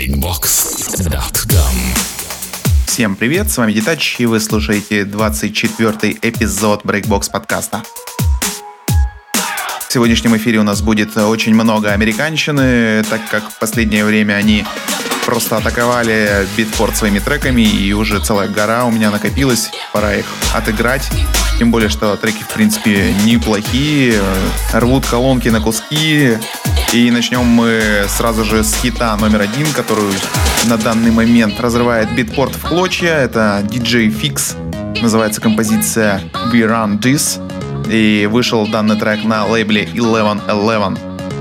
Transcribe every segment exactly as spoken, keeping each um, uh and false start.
брейкбокс точка ком. Всем привет, с вами Детач, и вы слушаете двадцать четвёртый эпизод Breakbox подкаста. В сегодняшнем эфире у нас будет очень много американщины, так как в последнее время они просто атаковали битпорт своими треками, и уже целая гора у меня накопилась, пора их отыграть. Тем более, что треки, в принципе, неплохие, рвут колонки на куски. И начнем мы сразу же с хита номер один, которую на данный момент разрывает битпорт в клочья. Это ди джей Fix, называется композиция We Run This. И вышел данный трек на лейбле eleven eleven.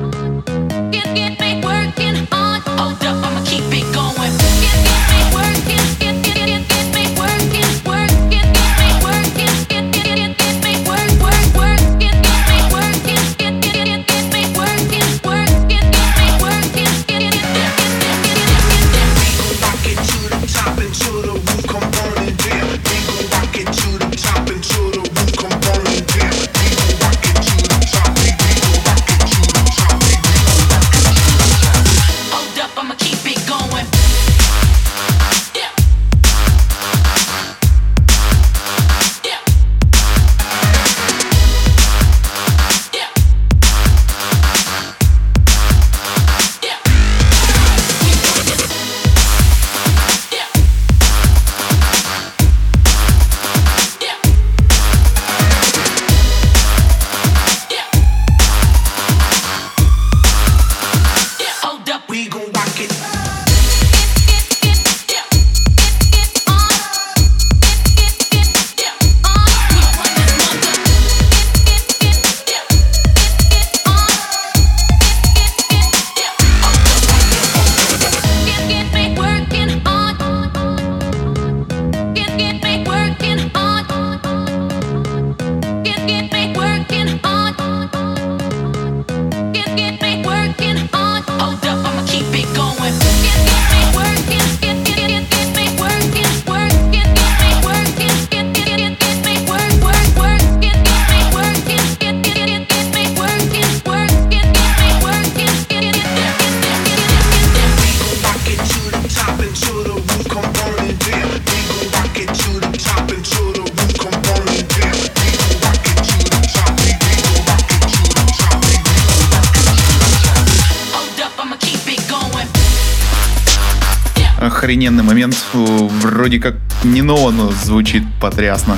Охрененный момент, вроде как не ново, но звучит потрясно.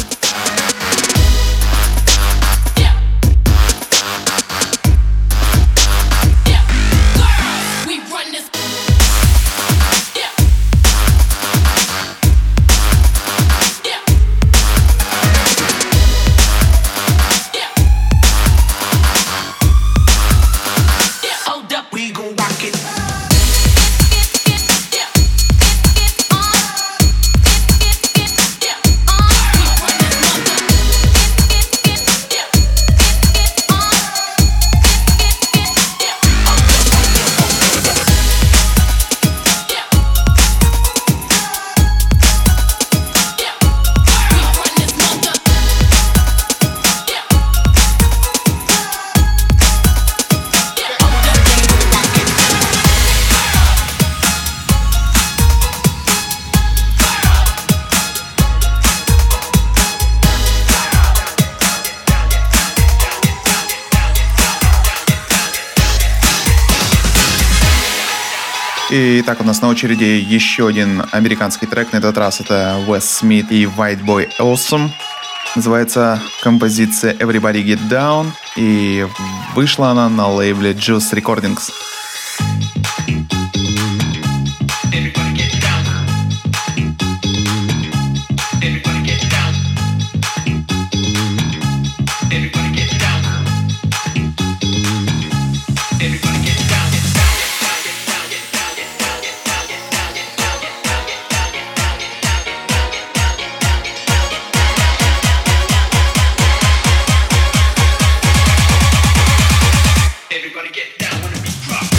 Итак, у нас на очереди еще один американский трек. На этот раз это Wes Smith и White Boy Awesome. Называется композиция Everybody Get Down. И вышла она на лейбле Juice Recordings. Everybody get down when the beat drops.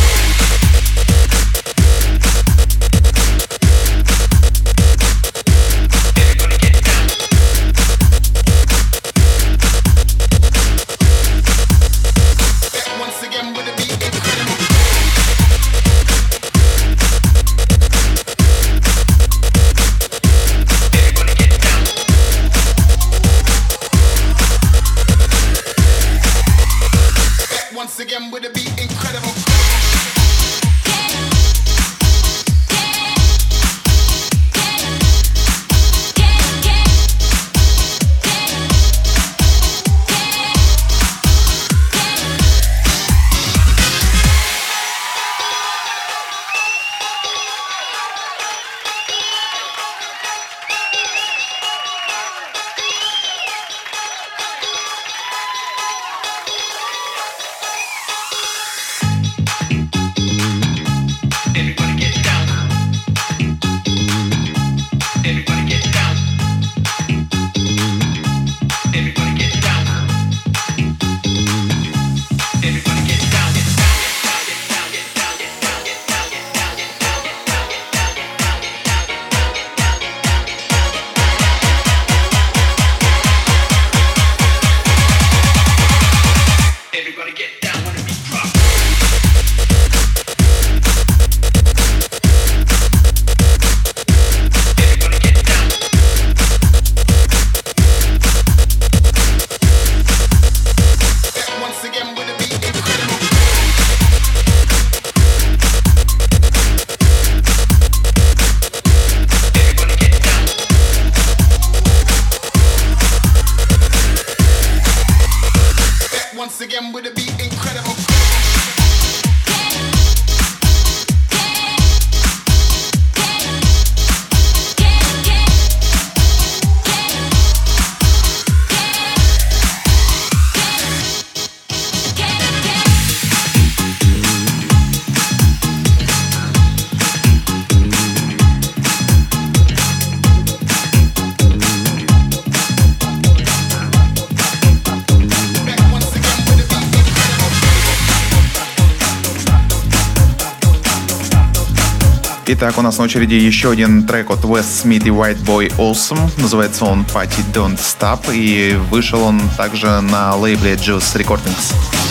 Итак, у нас на очереди еще один трек от Wes Smith и White Boy Awesome. Называется он Party Don't Stop, и вышел он также на лейбле Juice Recordings.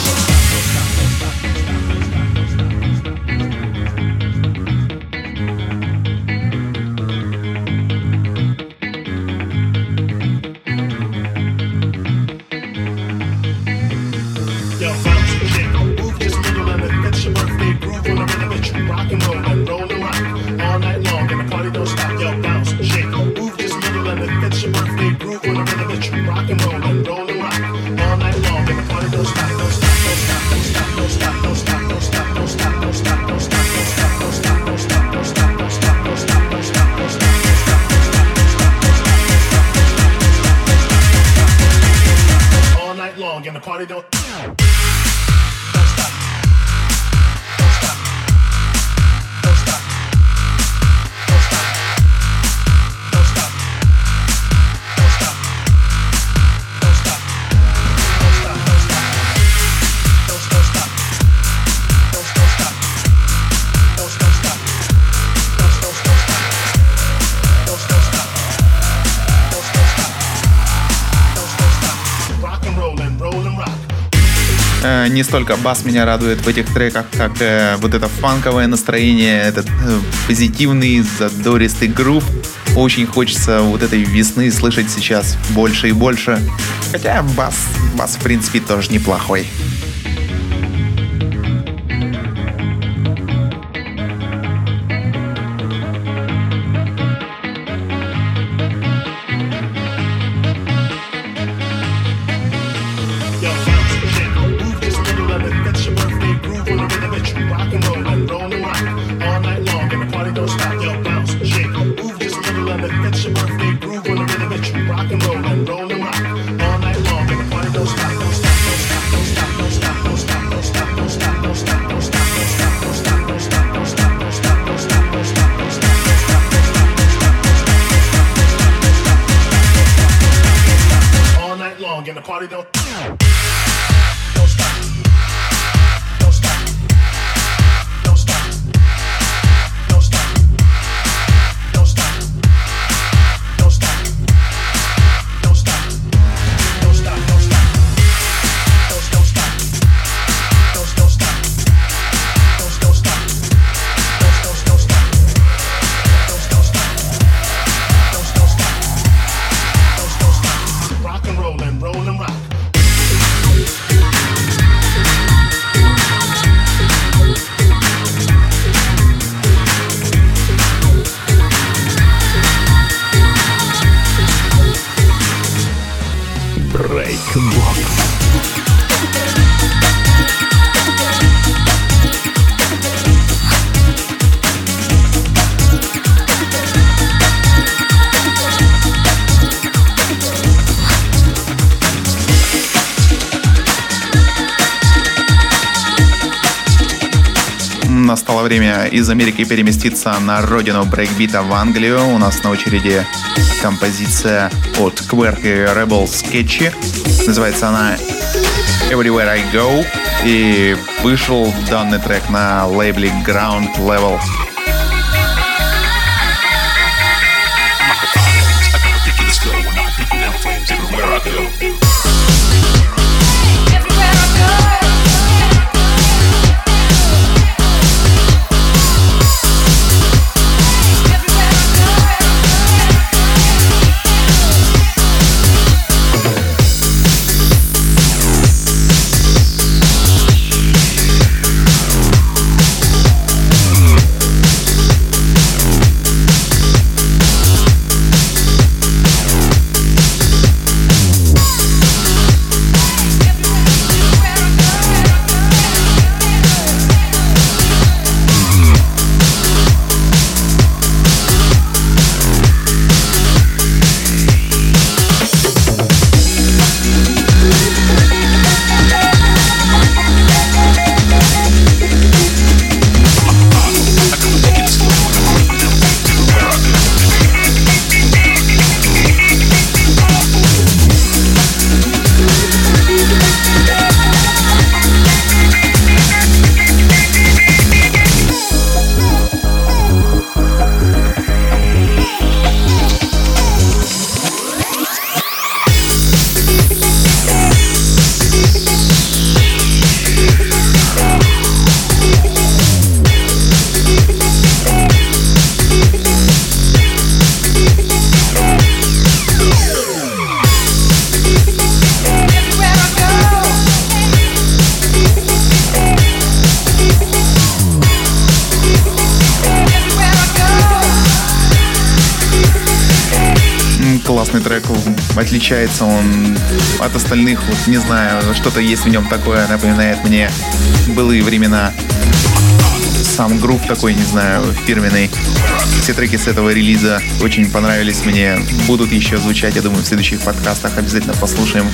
Не столько бас меня радует в этих треках, как э, вот это фанковое настроение, этот э, позитивный, задористый грув. Очень хочется вот этой весны слышать сейчас больше и больше. Хотя бас, бас в принципе тоже неплохой. Настало время из Америки переместиться на родину брейкбита в Англию. У нас на очереди композиция от Quirk и Rebel Sketchy. Называется она Everywhere I Go. И вышел данный трек на лейбле Ground Level. классный трек, отличается он от остальных, вот не знаю, что-то есть в нем такое, напоминает мне былые времена. Сам грув такой, не знаю, фирменный. Все треки с этого релиза очень понравились мне, будут еще звучать, я думаю, в следующих подкастах, обязательно послушаем.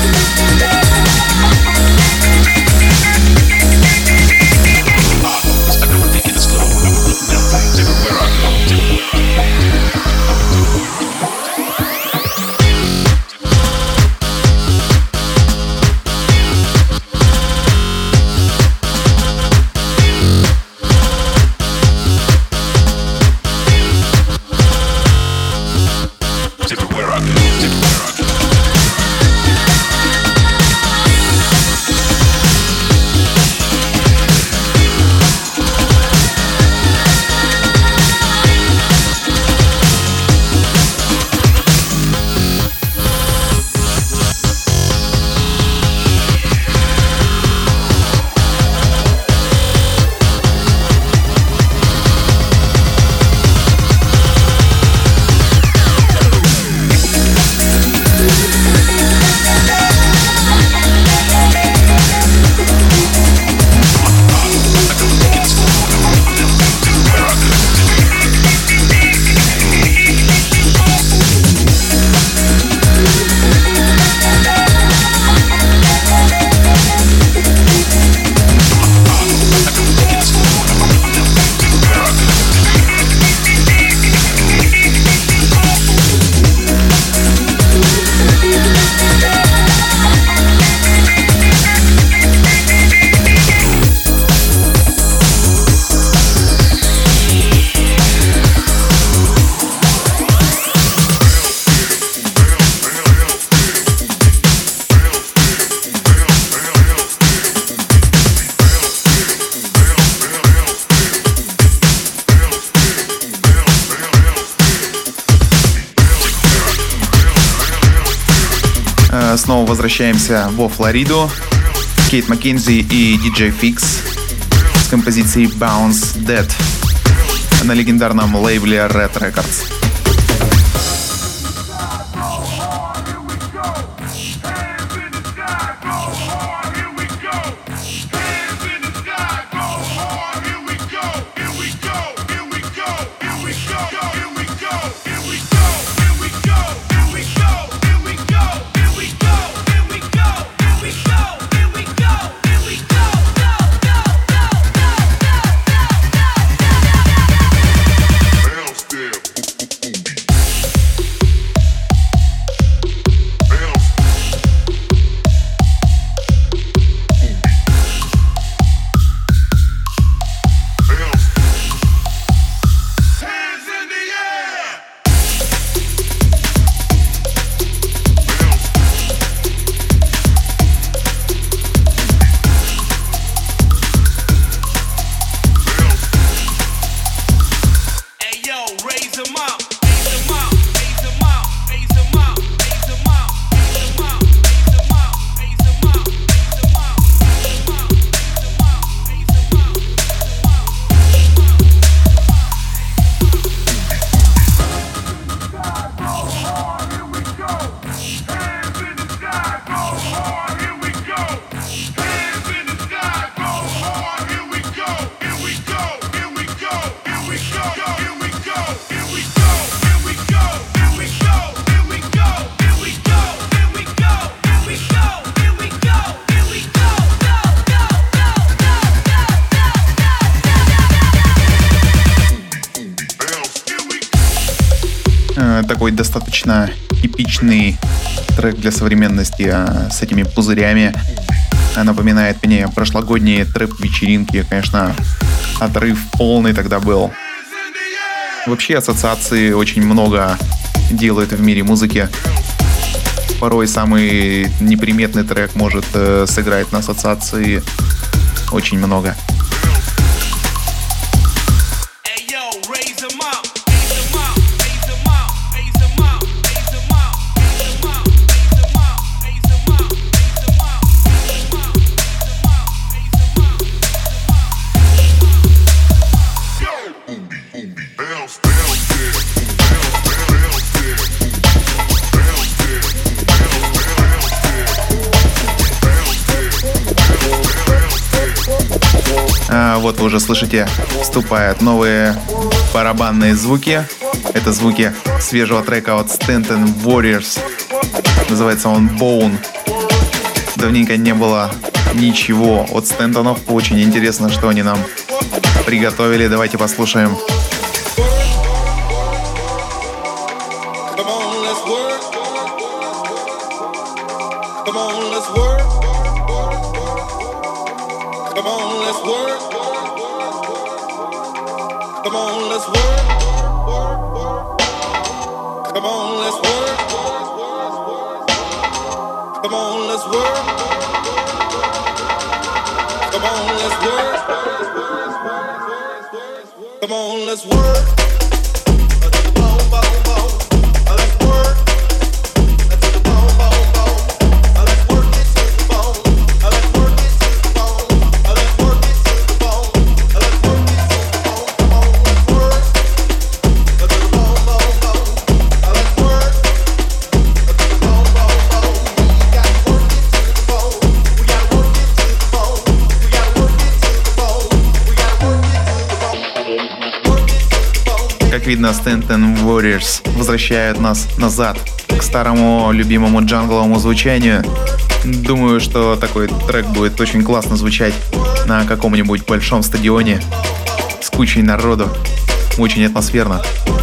Снова возвращаемся во Флориду. Кейт Маккензи и диджей Fix с композицией Bounce Dead на легендарном лейбле Red Records. Такой достаточно эпичный трек для современности с этими пузырями. Напоминает мне прошлогодние трэп-вечеринки. Конечно, отрыв полный тогда был. Вообще ассоциации очень много делают в мире музыки. Порой самый неприметный трек может э, сыграть на ассоциации очень много. А вот вы уже слышите, вступают новые барабанные звуки. Это звуки свежего трека от Stanton Warriors. Называется он Bone. Давненько не было ничего от Стентонов. Очень интересно, что они нам приготовили. Давайте послушаем. Come on, let's work. Как видно, Stanton Warriors возвращают нас назад к старому любимому джангловому звучанию. Думаю, что такой трек будет очень классно звучать на каком-нибудь большом стадионе с кучей народу. Очень атмосферно.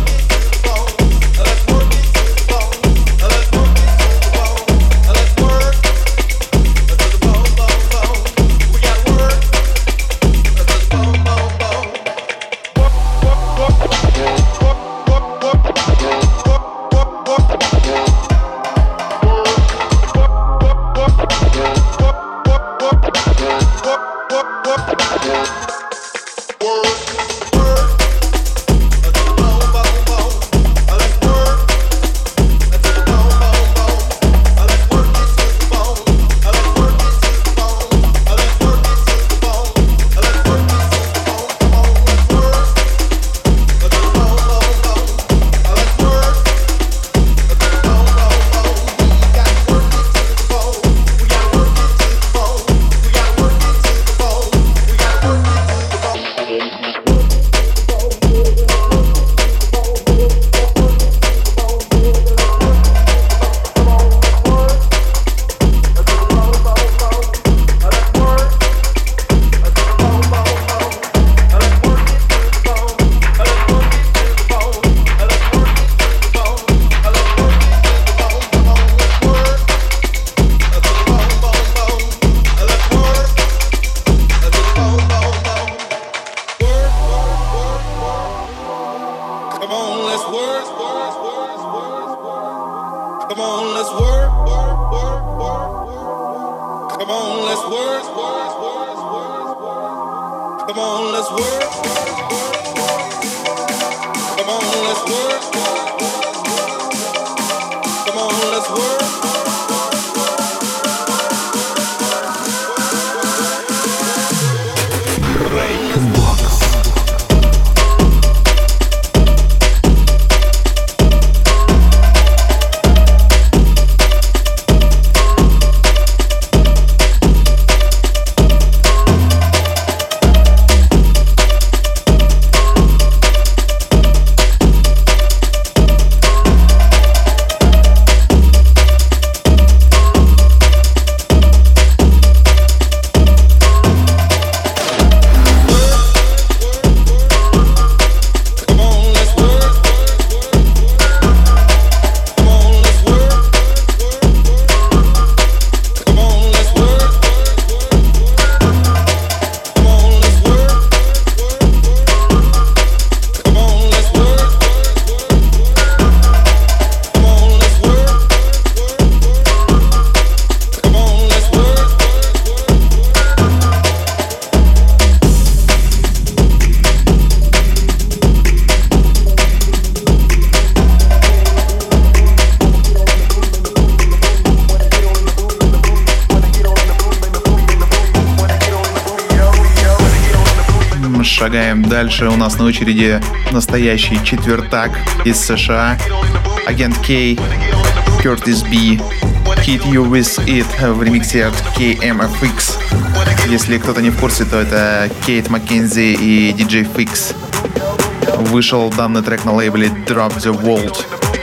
Шагаем дальше. У нас на очереди настоящий четвертак из США. Агент Кей, Кертис Би. Hit You With It в ремиксе от кей эм эф икс. Если кто-то не в курсе, то это Кейт Маккензи и диджей Fix. Вышел данный трек на лейбле Drop the World.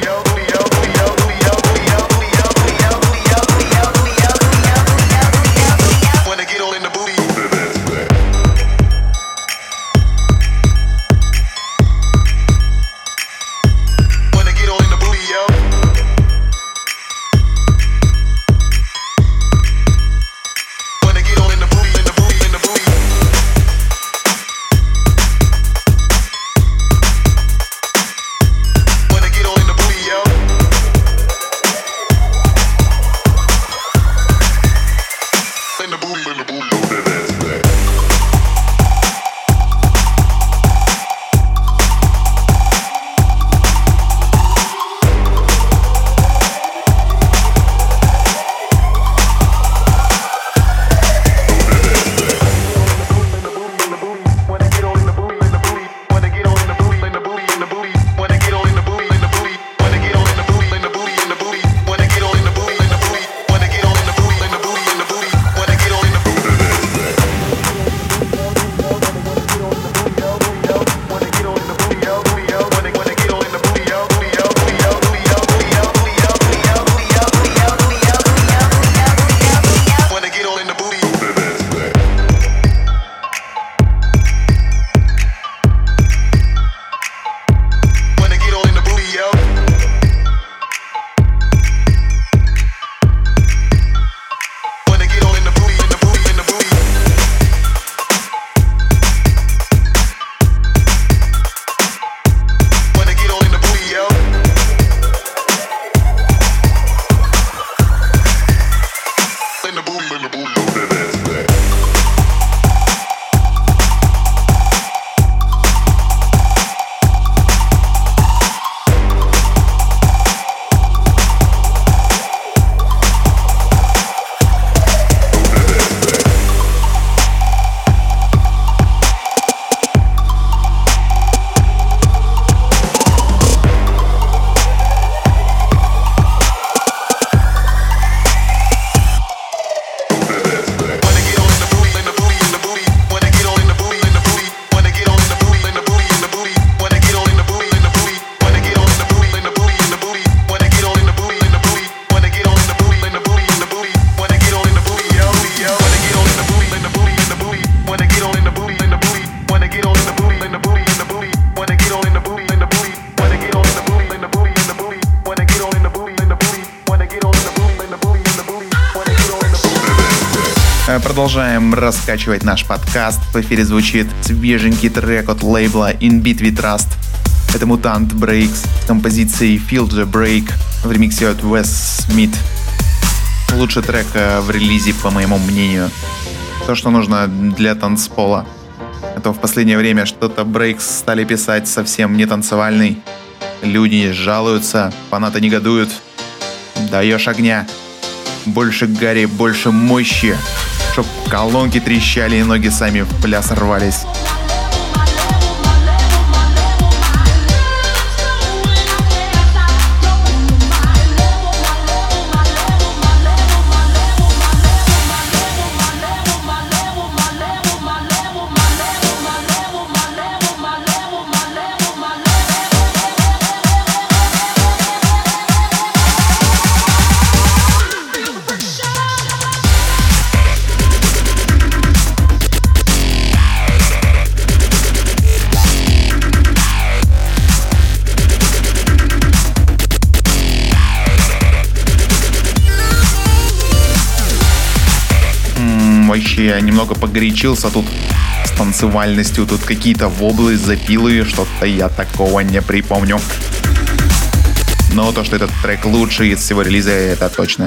Продолжаем раскачивать наш подкаст. В эфире звучит свеженький трек от лейбла In Beat We Trust. Это Mutant Breaks с композицией Feel the Break в ремиксе от Wes Smith. Лучший трек в релизе, по моему мнению. То, что нужно для танцпола. А то в последнее время что-то брейкс стали писать совсем не танцевальный. Люди жалуются, фанаты негодуют. Даешь огня. Больше гари, больше мощи. Чтоб колонки трещали и ноги сами в пляс рвались. Вообще я немного погорячился тут с танцевальностью. Тут какие-то воблы, запилы, что-то я такого не припомню. Но то, что этот трек лучший из всего релиза, это точно.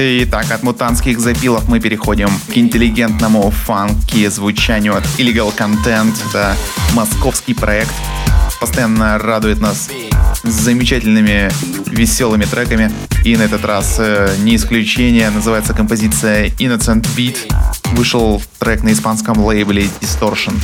Итак, от мутантских запилов мы переходим к интеллигентному фанки звучанию от Illegal Content. Это московский проект. Постоянно радует нас замечательными веселыми треками. И на этот раз э, не исключение. Называется композиция Innocent Beat. Вышел трек на испанском лейбле Distortion.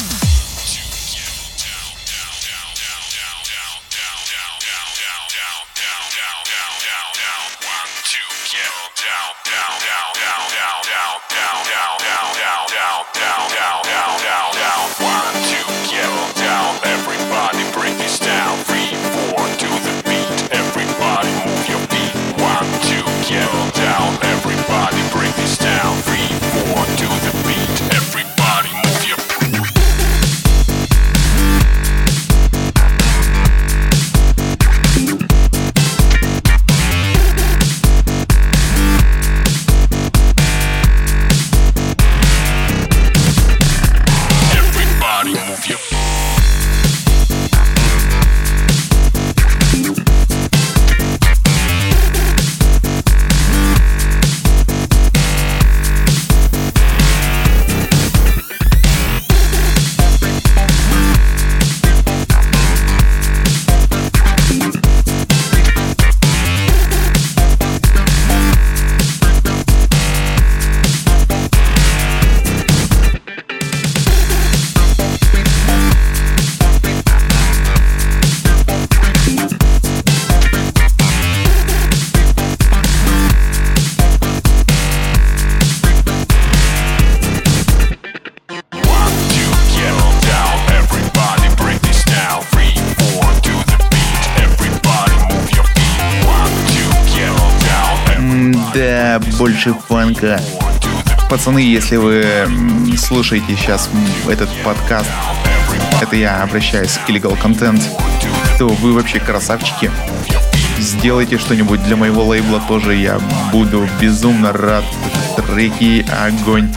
Да, больше фанка. Пацаны, если вы слушаете сейчас этот подкаст, это я обращаюсь к Illegal Content, то вы вообще красавчики. Сделайте что-нибудь для моего лейбла тоже, я буду безумно рад. Треки огонь.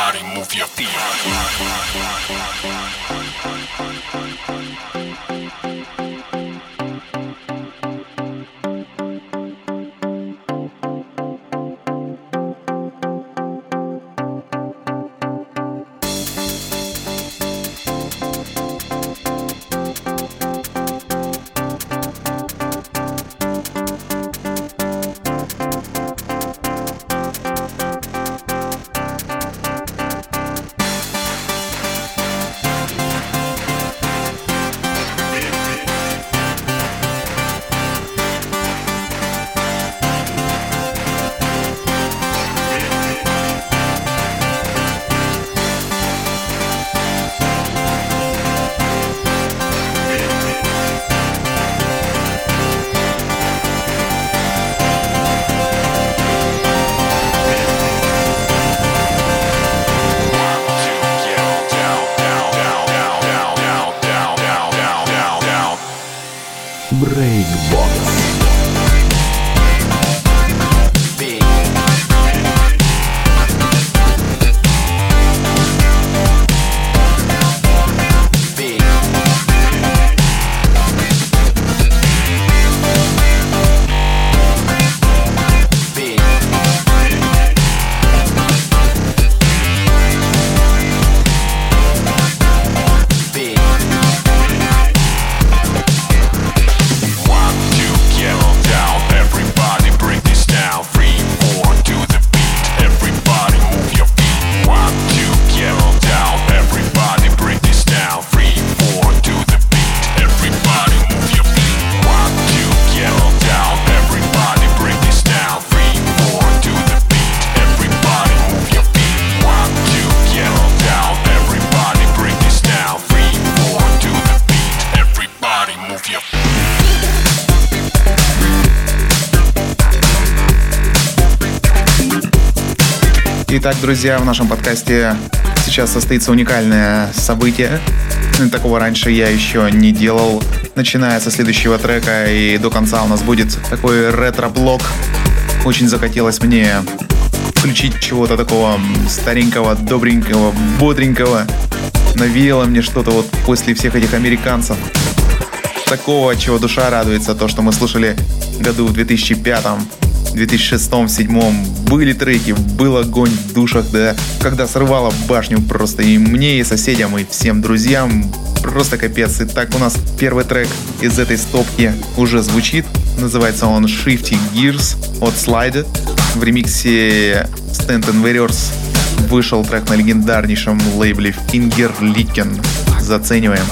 Breakbox. Итак, друзья, в нашем подкасте сейчас состоится уникальное событие. Такого раньше я еще не делал. Начиная со следующего трека и до конца у нас будет такой ретро-блок. Очень захотелось мне включить чего-то такого старенького, добренького, бодренького. Навеяло мне что-то вот после всех этих американцев. Такого, чего душа радуется, то, что мы слушали году в две тысячи пятом. В две тысячи шестом — две тысячи седьмом были треки, был огонь в душах, да, когда срывало башню просто и мне, и соседям, и всем друзьям. Просто капец. Итак, у нас первый трек из этой стопки уже звучит. Называется он Shifting Gears от Slide. В ремиксе Stanton Warriors вышел трек на легендарнейшем лейбле Fingerlicken. Зацениваем.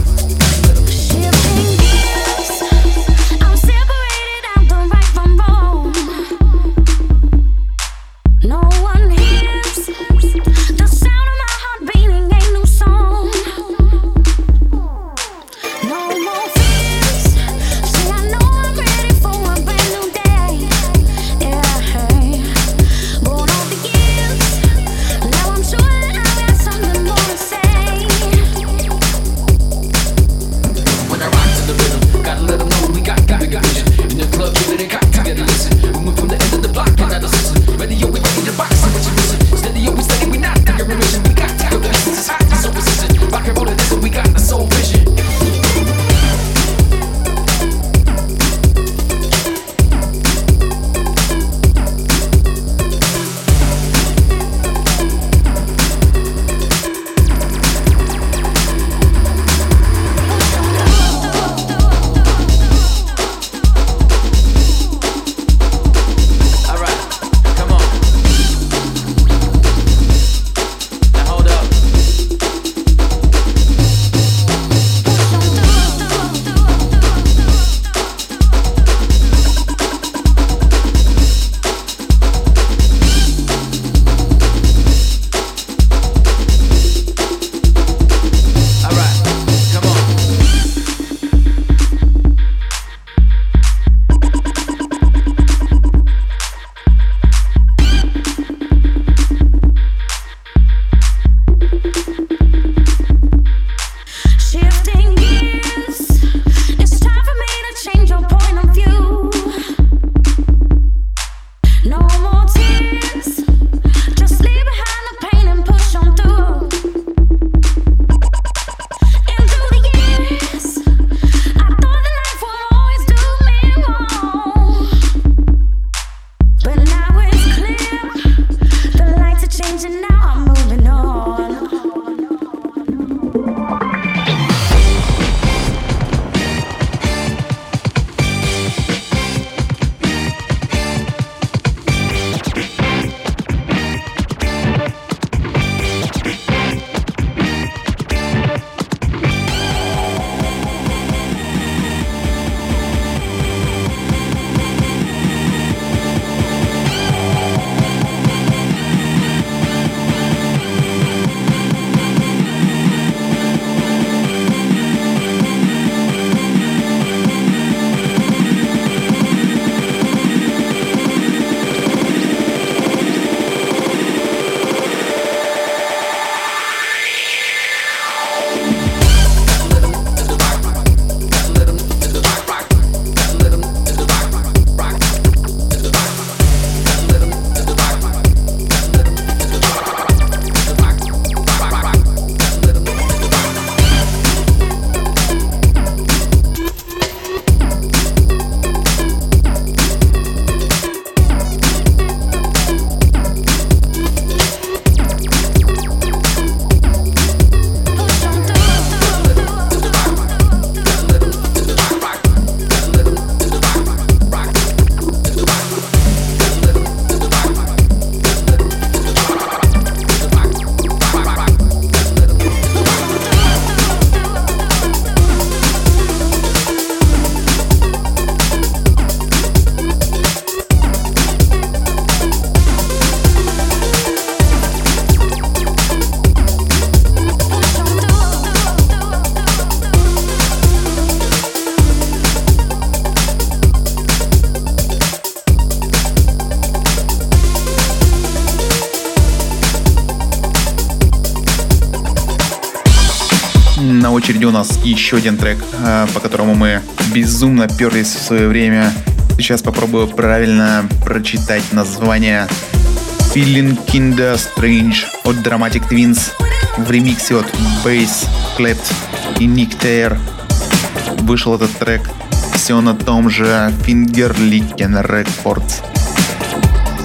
На очереди у нас еще один трек, по которому мы безумно перлись в свое время. Сейчас попробую правильно прочитать название. Feeling Kinda Strange от Dramatic Twins в ремиксе от Bass, Klept и Nick Taylor. Вышел этот трек все на том же Fingerlicken Records.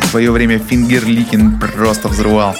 свое время Фингерликин просто взрывал.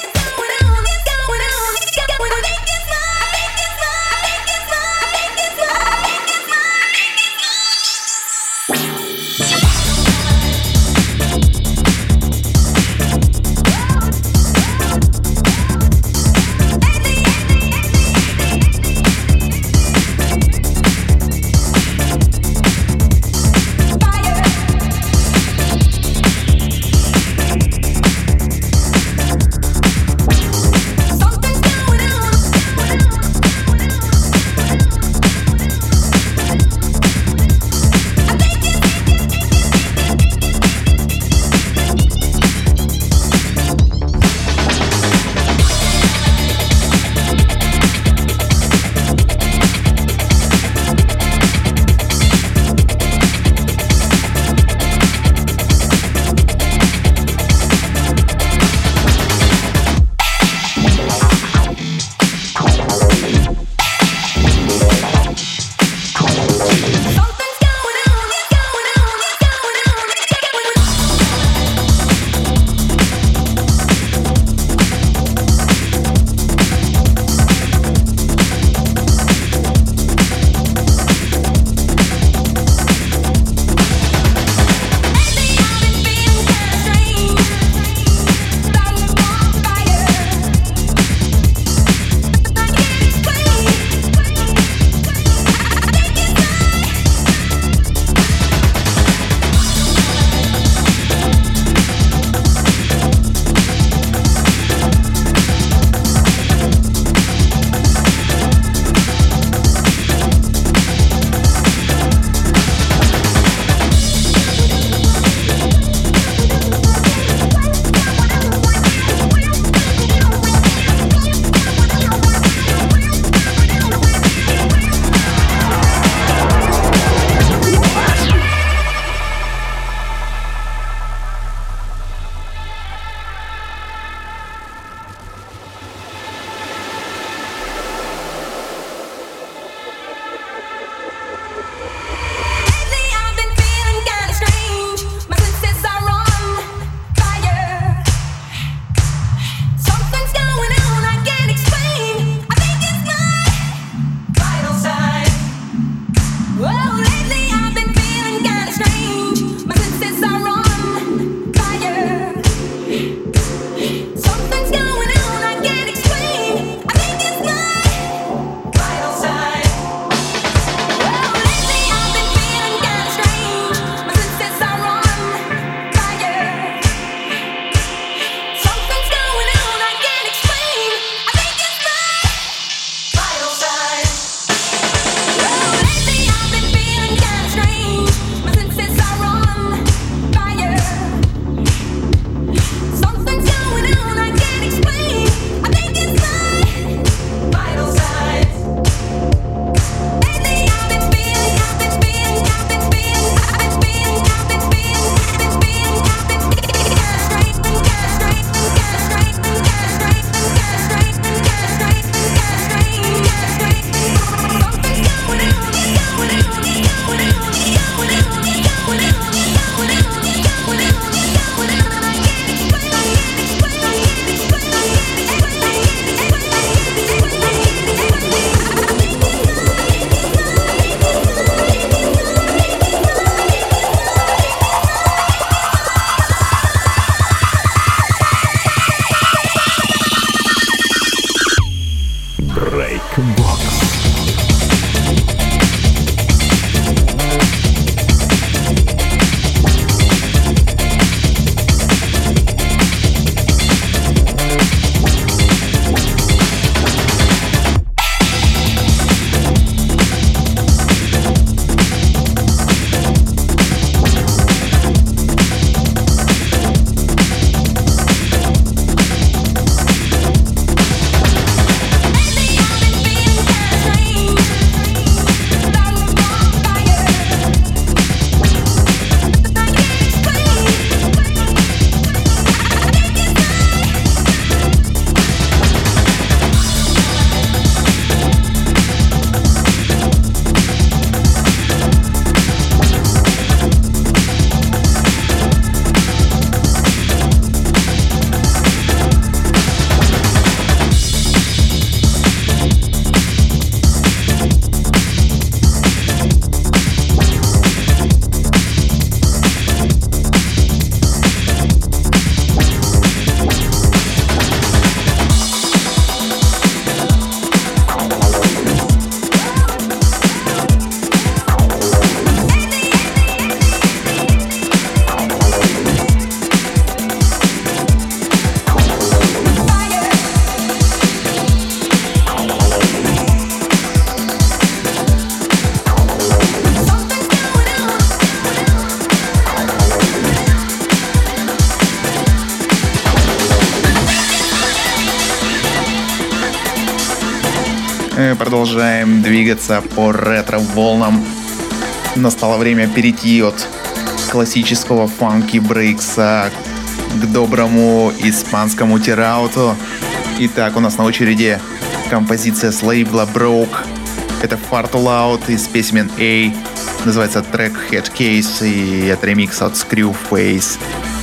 Мы продолжаем двигаться по ретро-волнам. Настало время перейти от классического фанки-брейкса к доброму испанскому тирауту. Итак, у нас на очереди композиция с лейбла Broke. Это Far Too Loud из песен A. Называется трек Headcase, и это ремикс от Screwface.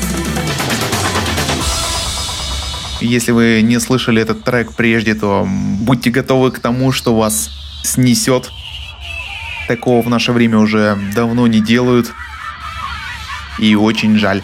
Если вы не слышали этот трек прежде, то будьте готовы к тому, что вас снесет. Такого в наше время уже давно не делают. И очень жаль.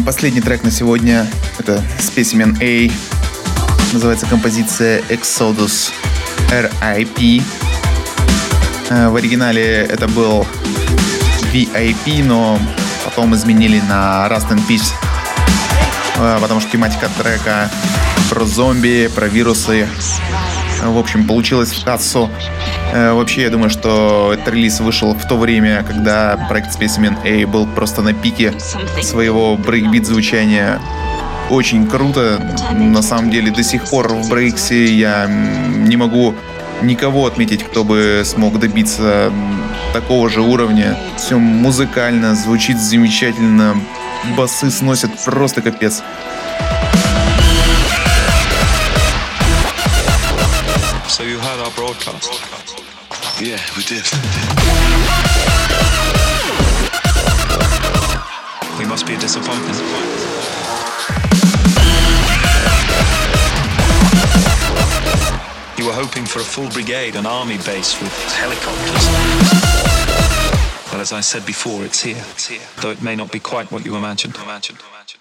Последний трек на сегодня — это Specimen A. Называется композиция Exodus эр ай пи. В оригинале это был ви ай пи, но потом изменили на Rust in Peace, потому что тематика трека про зомби, про вирусы. В общем, получилось в кассу. Вообще, я думаю, что этот релиз вышел в то время, когда проект Specimen A был просто на пике своего брейкбит звучания. Очень круто. На самом деле, до сих пор в брейксе я не могу никого отметить, кто бы смог добиться такого же уровня. Все музыкально, звучит замечательно. Басы сносят просто капец. So you had our broadcast? Yeah, we did. We must be a disappointment. You were hoping for a full brigade, an army base with helicopters. But as I said before, it's here. It's here. Though it may not be quite what you imagined. Imagined. Imagined.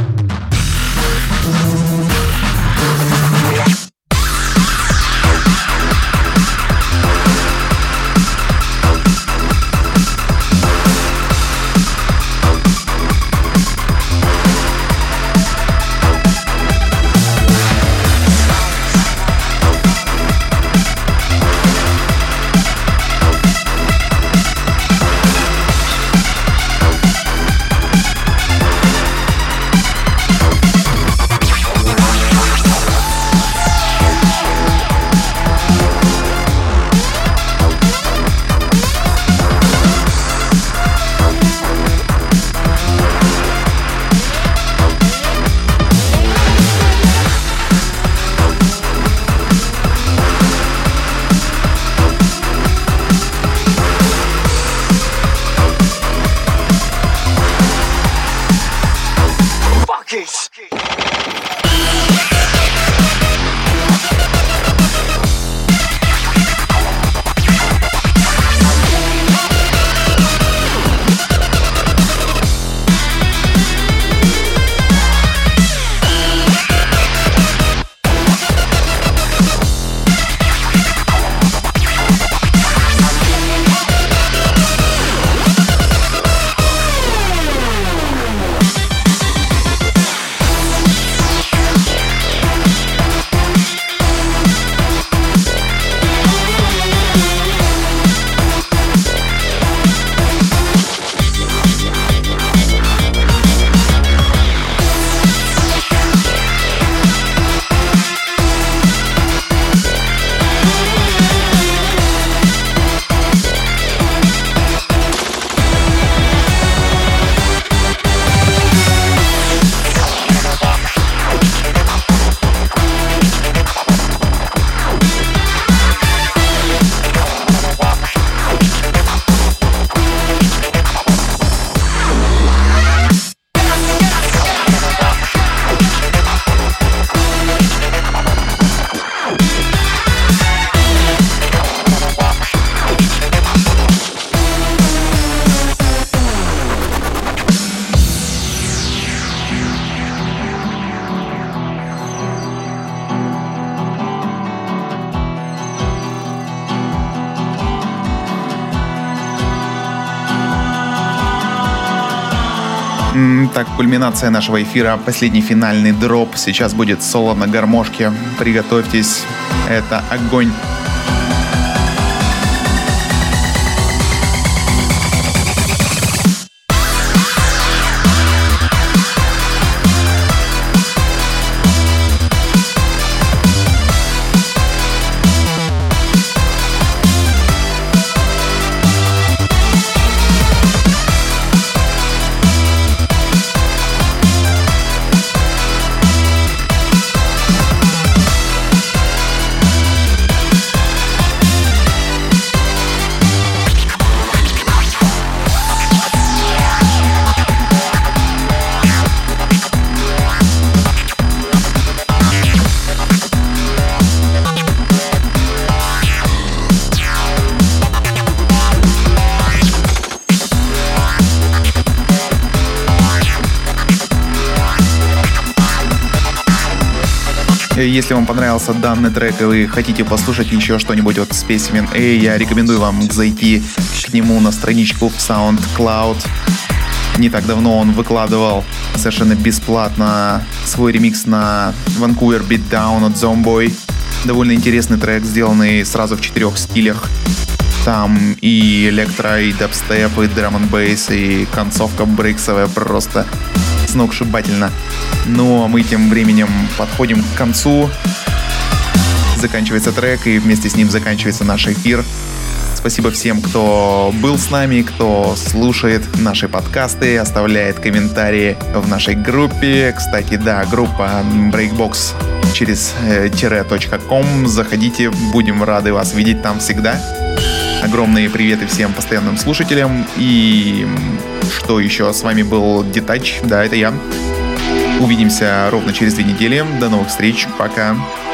Так, кульминация нашего эфира, последний финальный дроп. Сейчас будет соло на гармошке. Приготовьтесь, это огонь. Если вам понравился данный трек и вы хотите послушать еще что-нибудь от Specimen A, я рекомендую вам зайти к нему на страничку в SoundCloud. Не так давно он выкладывал совершенно бесплатно свой ремикс на Vancouver Beatdown от Zomboy. Довольно интересный трек, сделанный сразу в четырех стилях. Там и электро, и дабстеп, и драм н бейс, и концовка брейксовая, просто сногсшибательно. Ну а мы тем временем подходим к концу. Заканчивается трек, и вместе с ним заканчивается наш эфир. Спасибо всем, кто был с нами, кто слушает наши подкасты, оставляет комментарии в нашей группе. Кстати, да, группа breakbox через тире точка ком. Заходите, будем рады вас видеть там всегда. Огромные приветы всем постоянным слушателям. И что еще? С вами был Детач, да, это я. Увидимся ровно через две недели. До новых встреч, пока.